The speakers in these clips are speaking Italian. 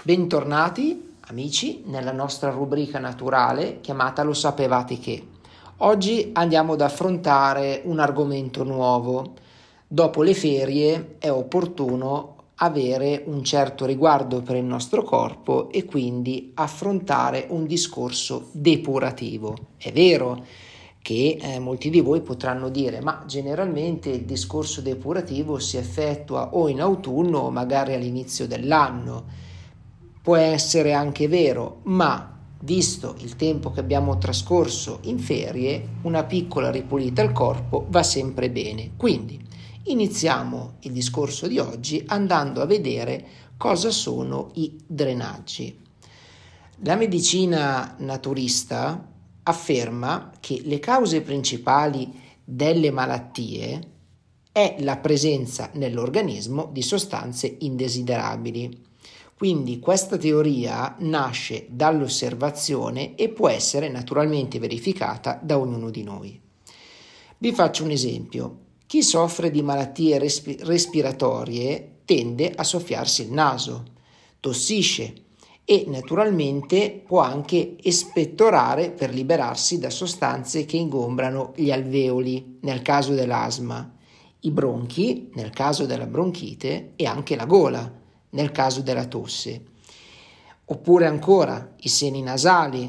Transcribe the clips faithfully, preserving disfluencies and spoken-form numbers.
Bentornati amici nella nostra rubrica naturale chiamata Lo sapevate che? Oggi andiamo ad affrontare un argomento nuovo. Dopo le ferie è opportuno avere un certo riguardo per il nostro corpo e quindi affrontare un discorso depurativo. È vero che eh, molti di voi potranno dire ma generalmente il discorso depurativo si effettua o in autunno o magari all'inizio dell'anno. Può essere anche vero, ma visto il tempo che abbiamo trascorso in ferie, una piccola ripulita al corpo va sempre bene. Quindi iniziamo il discorso di oggi andando a vedere cosa sono i drenaggi. La medicina naturista afferma che le cause principali delle malattie è la presenza nell'organismo di sostanze indesiderabili. Quindi questa teoria nasce dall'osservazione e può essere naturalmente verificata da ognuno di noi. Vi faccio un esempio. Chi soffre di malattie respi- respiratorie tende a soffiarsi il naso, tossisce e naturalmente può anche espettorare per liberarsi da sostanze che ingombrano gli alveoli nel caso dell'asma, i bronchi nel caso della bronchite e anche la gola nel caso della tosse, oppure ancora i seni nasali,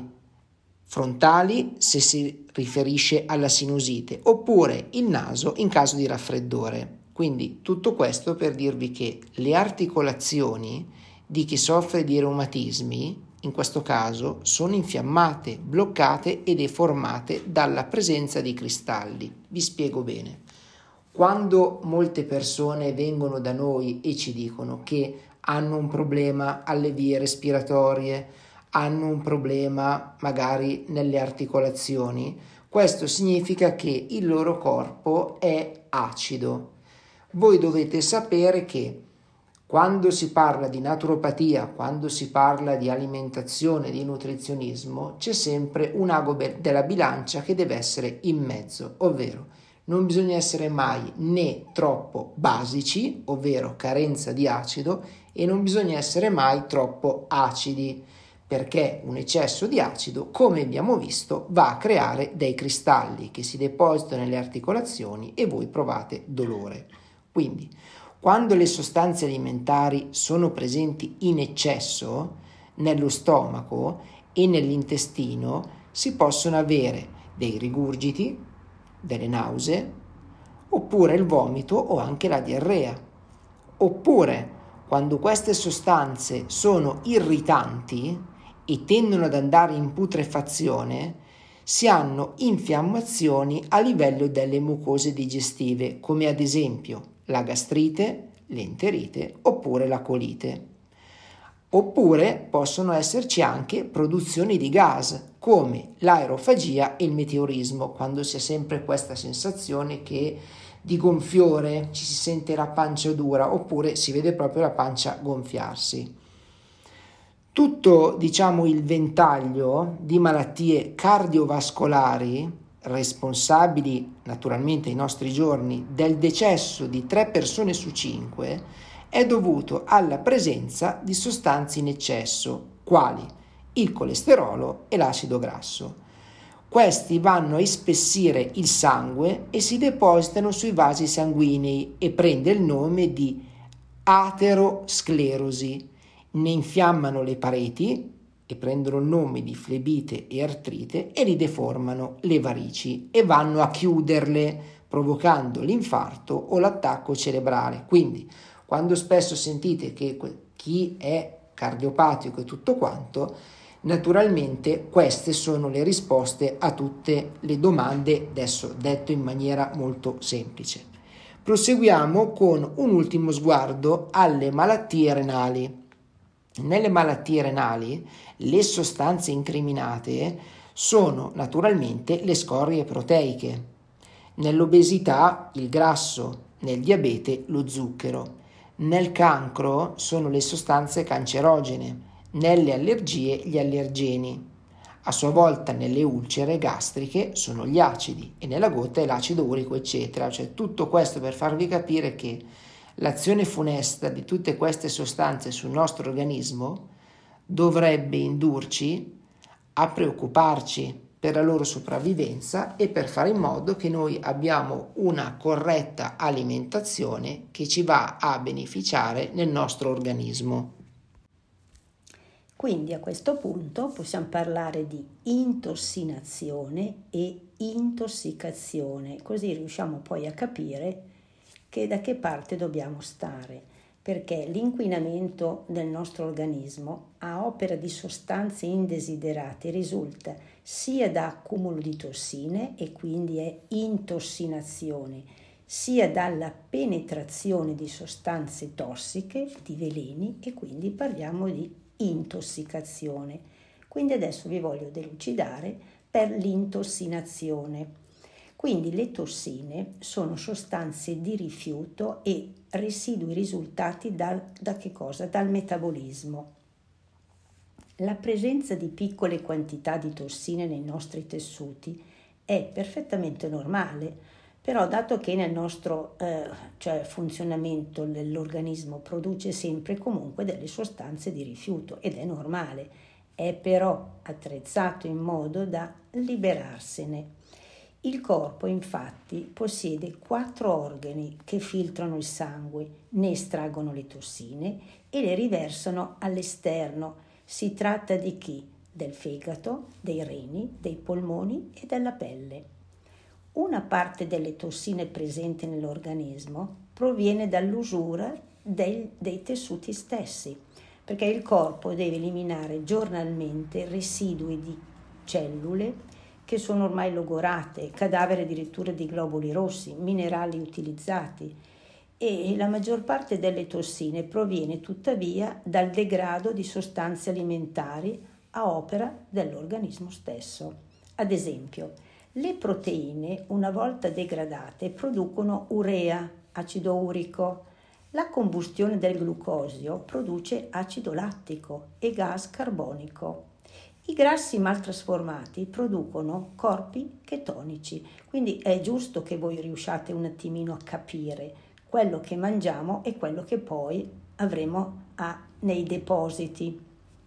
frontali se si riferisce alla sinusite, oppure il naso in caso di raffreddore. Quindi tutto questo per dirvi che le articolazioni di chi soffre di reumatismi, in questo caso, sono infiammate, bloccate e deformate dalla presenza di cristalli. Vi spiego bene. Quando molte persone vengono da noi e ci dicono che hanno un problema alle vie respiratorie, hanno un problema magari nelle articolazioni, questo significa che il loro corpo è acido. Voi dovete sapere che quando si parla di naturopatia, quando si parla di alimentazione, di nutrizionismo, c'è sempre un ago della bilancia che deve essere in mezzo, ovvero non bisogna essere mai né troppo basici, ovvero carenza di acido, e non bisogna essere mai troppo acidi, perché un eccesso di acido, come abbiamo visto, va a creare dei cristalli che si depositano nelle articolazioni e voi provate dolore. Quindi, quando le sostanze alimentari sono presenti in eccesso nello stomaco e nell'intestino, si possono avere dei rigurgiti, delle nausee, oppure il vomito o anche la diarrea. Oppure, quando queste sostanze sono irritanti e tendono ad andare in putrefazione, si hanno infiammazioni a livello delle mucose digestive, come ad esempio la gastrite, l'enterite oppure la colite. Oppure possono esserci anche produzioni di gas, come l'aerofagia e il meteorismo, quando si ha sempre questa sensazione che di gonfiore, ci si sente la pancia dura, oppure si vede proprio la pancia gonfiarsi. Tutto, diciamo, il ventaglio di malattie cardiovascolari responsabili naturalmente ai nostri giorni del decesso di tre persone su cinque è dovuto alla presenza di sostanze in eccesso, quali il colesterolo e l'acido grasso. Questi vanno a ispessire il sangue e si depositano sui vasi sanguinei e prende il nome di aterosclerosi. Ne infiammano le pareti e prendono il nome di flebite e artrite e li deformano le varici e vanno a chiuderle, provocando l'infarto o l'attacco cerebrale. Quindi, quando spesso sentite che chi è cardiopatico e tutto quanto, naturalmente queste sono le risposte a tutte le domande, adesso detto in maniera molto semplice. Proseguiamo con un ultimo sguardo alle malattie renali. Nelle malattie renali le sostanze incriminate sono naturalmente le scorie proteiche, nell'obesità il grasso, nel diabete lo zucchero, nel cancro sono le sostanze cancerogene, nelle allergie gli allergeni, a sua volta nelle ulcere gastriche sono gli acidi e nella gota è l'acido urico eccetera, cioè tutto questo per farvi capire che l'azione funesta di tutte queste sostanze sul nostro organismo dovrebbe indurci a preoccuparci per la loro sopravvivenza e per fare in modo che noi abbiamo una corretta alimentazione che ci va a beneficiare nel nostro organismo. Quindi a questo punto possiamo parlare di intossinazione e intossicazione, così riusciamo poi a capire che da che parte dobbiamo stare, perché l'inquinamento del nostro organismo a opera di sostanze indesiderate risulta sia da accumulo di tossine e quindi è intossinazione, sia dalla penetrazione di sostanze tossiche, di veleni, e quindi parliamo di intossicazione. Quindi adesso vi voglio delucidare per l'intossinazione. Quindi le tossine sono sostanze di rifiuto e residui risultati dal, da che cosa? Dal metabolismo. La presenza di piccole quantità di tossine nei nostri tessuti è perfettamente normale, però dato che nel nostro eh, cioè funzionamento l'organismo produce sempre e comunque delle sostanze di rifiuto ed è normale, è però attrezzato in modo da liberarsene. Il corpo infatti possiede quattro organi che filtrano il sangue, ne estraggono le tossine e le riversano all'esterno. Si tratta di chi? Del fegato, dei reni, dei polmoni e della pelle. Una parte delle tossine presenti nell'organismo proviene dall'usura dei, dei tessuti stessi, perché il corpo deve eliminare giornalmente residui di cellule che sono ormai logorate, cadaveri addirittura di globuli rossi, minerali utilizzati, e la maggior parte delle tossine proviene tuttavia dal degrado di sostanze alimentari a opera dell'organismo stesso. Ad esempio, le proteine, una volta degradate, producono urea, acido urico. La combustione del glucosio produce acido lattico e gas carbonico. I grassi mal trasformati producono corpi chetonici, quindi è giusto che voi riusciate un attimino a capire quello che mangiamo e quello che poi avremo a, nei depositi.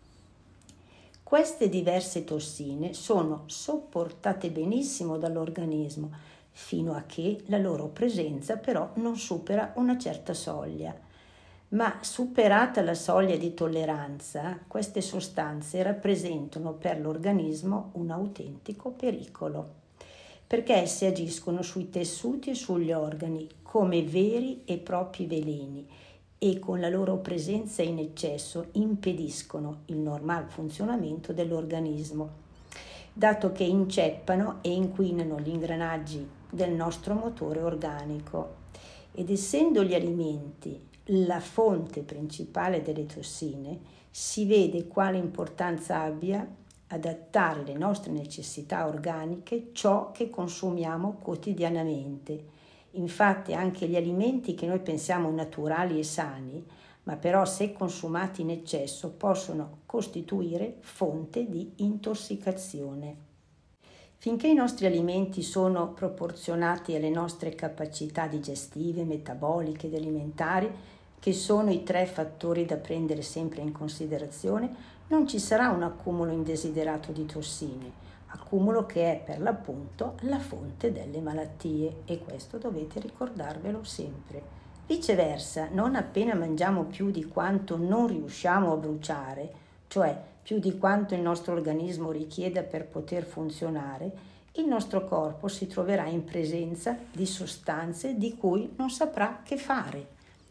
Queste diverse tossine sono sopportate benissimo dall'organismo fino a che la loro presenza però non supera una certa soglia. Ma superata la soglia di tolleranza, queste sostanze rappresentano per l'organismo un autentico pericolo, perché esse agiscono sui tessuti e sugli organi come veri e propri veleni e con la loro presenza in eccesso impediscono il normale funzionamento dell'organismo, dato che inceppano e inquinano gli ingranaggi del nostro motore organico. Ed essendo gli alimenti la fonte principale delle tossine, si vede quale importanza abbia adattare le nostre necessità organiche ciò che consumiamo quotidianamente. Infatti anche gli alimenti che noi pensiamo naturali e sani, ma però se consumati in eccesso possono costituire fonte di intossicazione. Finché i nostri alimenti sono proporzionati alle nostre capacità digestive, metaboliche ed alimentari, che sono i tre fattori da prendere sempre in considerazione, non ci sarà un accumulo indesiderato di tossine, accumulo che è per l'appunto la fonte delle malattie, e questo dovete ricordarvelo sempre. Viceversa, non appena mangiamo più di quanto non riusciamo a bruciare, cioè più di quanto il nostro organismo richieda per poter funzionare, il nostro corpo si troverà in presenza di sostanze di cui non saprà che fare.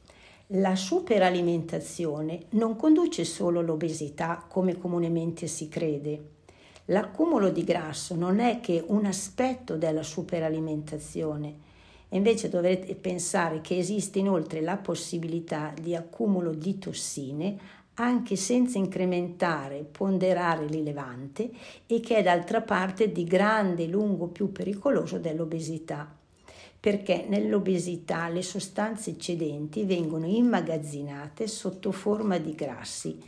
La superalimentazione non conduce solo all'obesità come comunemente si crede. L'accumulo di grasso non è che un aspetto della superalimentazione, e invece dovrete pensare che esiste inoltre la possibilità di accumulo di tossine anche senza incrementare, ponderare l'ilevante, e che è d'altra parte di grande lungo più pericoloso dell'obesità, perché nell'obesità le sostanze eccedenti vengono immagazzinate sotto forma di grassi.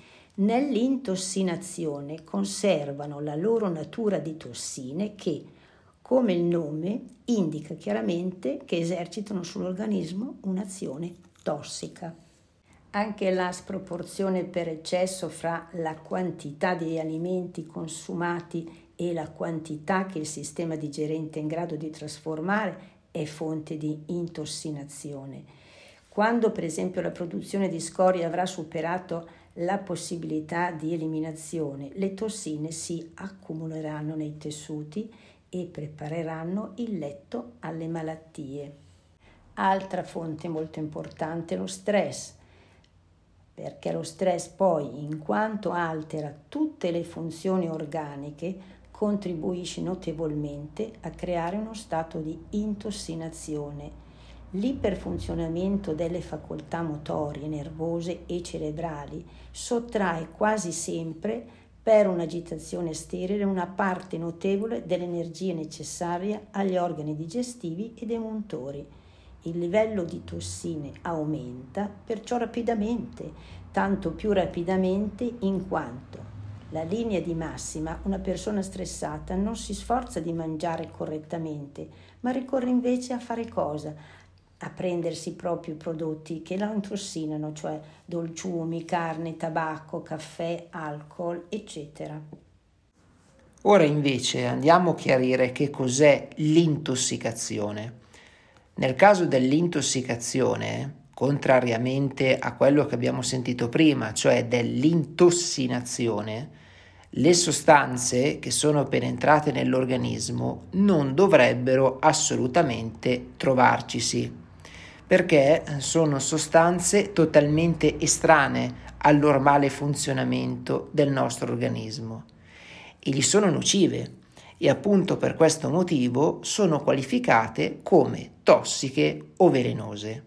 Nell'intossinazione conservano la loro natura di tossine che, come il nome indica chiaramente, che esercitano sull'organismo un'azione tossica. Anche la sproporzione per eccesso fra la quantità di alimenti consumati e la quantità che il sistema digerente è in grado di trasformare è fonte di intossinazione. Quando per esempio la produzione di scorie avrà superato la possibilità di eliminazione, le tossine si accumuleranno nei tessuti e prepareranno il letto alle malattie. Altra fonte molto importante è lo stress, perché lo stress poi, in quanto altera tutte le funzioni organiche, contribuisce notevolmente a creare uno stato di intossinazione. L'iperfunzionamento delle facoltà motorie, nervose e cerebrali sottrae quasi sempre, per un'agitazione sterile, una parte notevole dell'energia necessaria agli organi digestivi ed emuntori. Il livello di tossine aumenta perciò rapidamente, tanto più rapidamente in quanto la linea di massima, una persona stressata non si sforza di mangiare correttamente, ma ricorre invece a fare cosa? A prendersi proprio i prodotti che la intossinano, cioè dolciumi, carne, tabacco, caffè, alcol, eccetera. Ora invece andiamo a chiarire che cos'è l'intossicazione. Nel caso dell'intossicazione, contrariamente a quello che abbiamo sentito prima, cioè dell'intossinazione, le sostanze che sono penetrate nell'organismo non dovrebbero assolutamente trovarcisi, perché sono sostanze totalmente estranee al normale funzionamento del nostro organismo e gli sono nocive. E appunto per questo motivo sono qualificate come tossiche o velenose.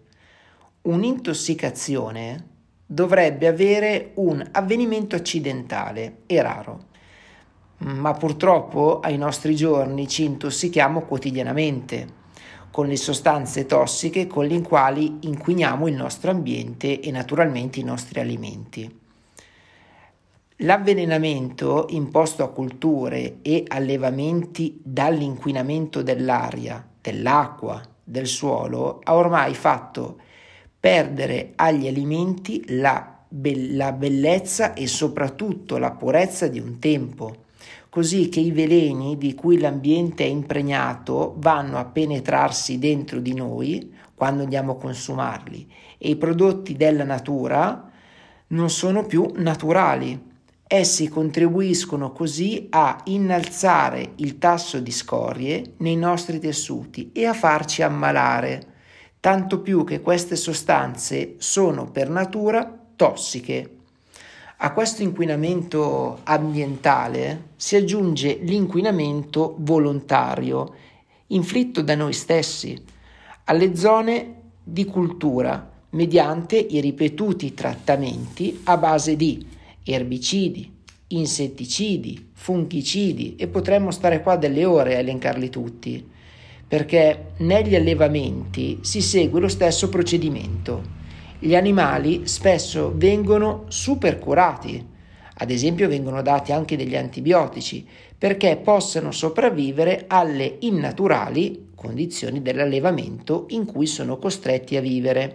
Un'intossicazione dovrebbe avere un avvenimento accidentale e raro, ma purtroppo ai nostri giorni ci intossichiamo quotidianamente con le sostanze tossiche con le quali inquiniamo il nostro ambiente e naturalmente i nostri alimenti. L'avvelenamento imposto a culture e allevamenti dall'inquinamento dell'aria, dell'acqua, del suolo ha ormai fatto perdere agli alimenti la, be- la bellezza e soprattutto la purezza di un tempo, così che i veleni di cui l'ambiente è impregnato vanno a penetrarsi dentro di noi quando andiamo a consumarli e i prodotti della natura non sono più naturali. Essi contribuiscono così a innalzare il tasso di scorie nei nostri tessuti e a farci ammalare, tanto più che queste sostanze sono per natura tossiche. A questo inquinamento ambientale si aggiunge l'inquinamento volontario, inflitto da noi stessi, alle zone di cultura, mediante i ripetuti trattamenti a base di erbicidi, insetticidi, fungicidi e potremmo stare qua delle ore a elencarli tutti, perché negli allevamenti si segue lo stesso procedimento. Gli animali spesso vengono supercurati, ad esempio vengono dati anche degli antibiotici perché possano sopravvivere alle innaturali condizioni dell'allevamento in cui sono costretti a vivere.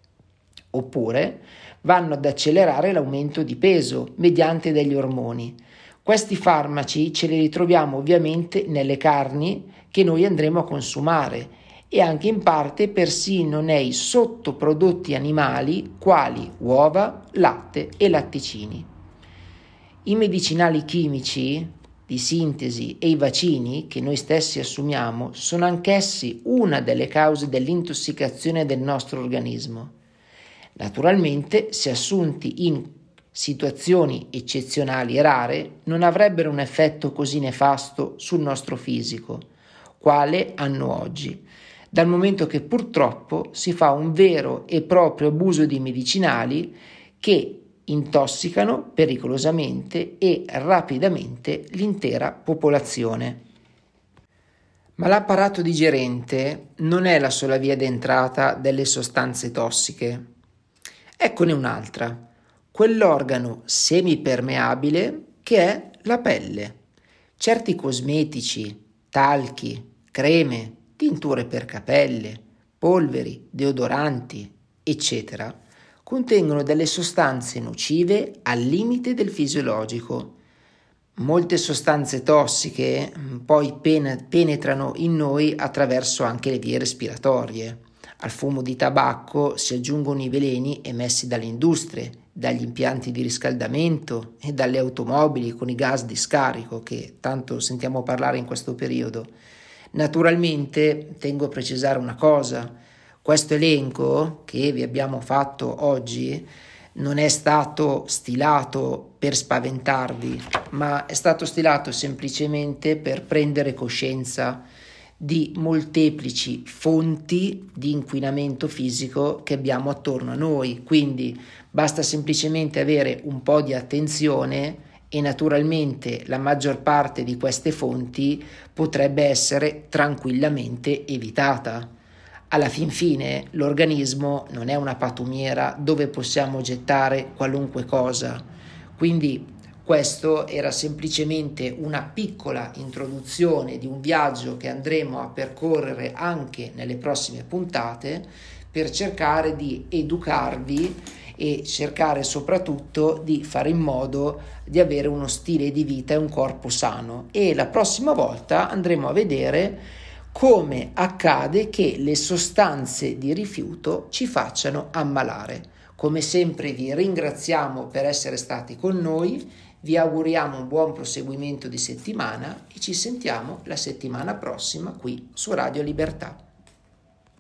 Oppure vanno ad accelerare l'aumento di peso mediante degli ormoni. Questi farmaci ce li ritroviamo ovviamente nelle carni che noi andremo a consumare e anche in parte persino nei sottoprodotti animali quali uova, latte e latticini. I medicinali chimici di sintesi e i vaccini che noi stessi assumiamo sono anch'essi una delle cause dell'intossicazione del nostro organismo. Naturalmente, se assunti in situazioni eccezionali e rare, non avrebbero un effetto così nefasto sul nostro fisico, quale hanno oggi, dal momento che purtroppo si fa un vero e proprio abuso di medicinali che intossicano pericolosamente e rapidamente l'intera popolazione. Ma l'apparato digerente non è la sola via d'entrata delle sostanze tossiche. Eccone un'altra, quell'organo semipermeabile che è la pelle. Certi cosmetici, talchi, creme, tinture per capelle, polveri, deodoranti, eccetera, contengono delle sostanze nocive al limite del fisiologico. Molte sostanze tossiche poi penetrano in noi attraverso anche le vie respiratorie. Al fumo di tabacco si aggiungono i veleni emessi dalle industrie, dagli impianti di riscaldamento e dalle automobili con i gas di scarico che tanto sentiamo parlare in questo periodo. Naturalmente tengo a precisare una cosa: questo elenco che vi abbiamo fatto oggi non è stato stilato per spaventarvi, ma è stato stilato semplicemente per prendere coscienza di molteplici fonti di inquinamento fisico che abbiamo attorno a noi. Quindi basta semplicemente avere un po' di attenzione e naturalmente la maggior parte di queste fonti potrebbe essere tranquillamente evitata. Alla fin fine l'organismo non è una patumiera dove possiamo gettare qualunque cosa, quindi questo era semplicemente una piccola introduzione di un viaggio che andremo a percorrere anche nelle prossime puntate per cercare di educarvi e cercare soprattutto di fare in modo di avere uno stile di vita e un corpo sano. E la prossima volta andremo a vedere come accade che le sostanze di rifiuto ci facciano ammalare. Come sempre vi ringraziamo per essere stati con noi, vi auguriamo un buon proseguimento di settimana e ci sentiamo la settimana prossima qui su Radio Libertà.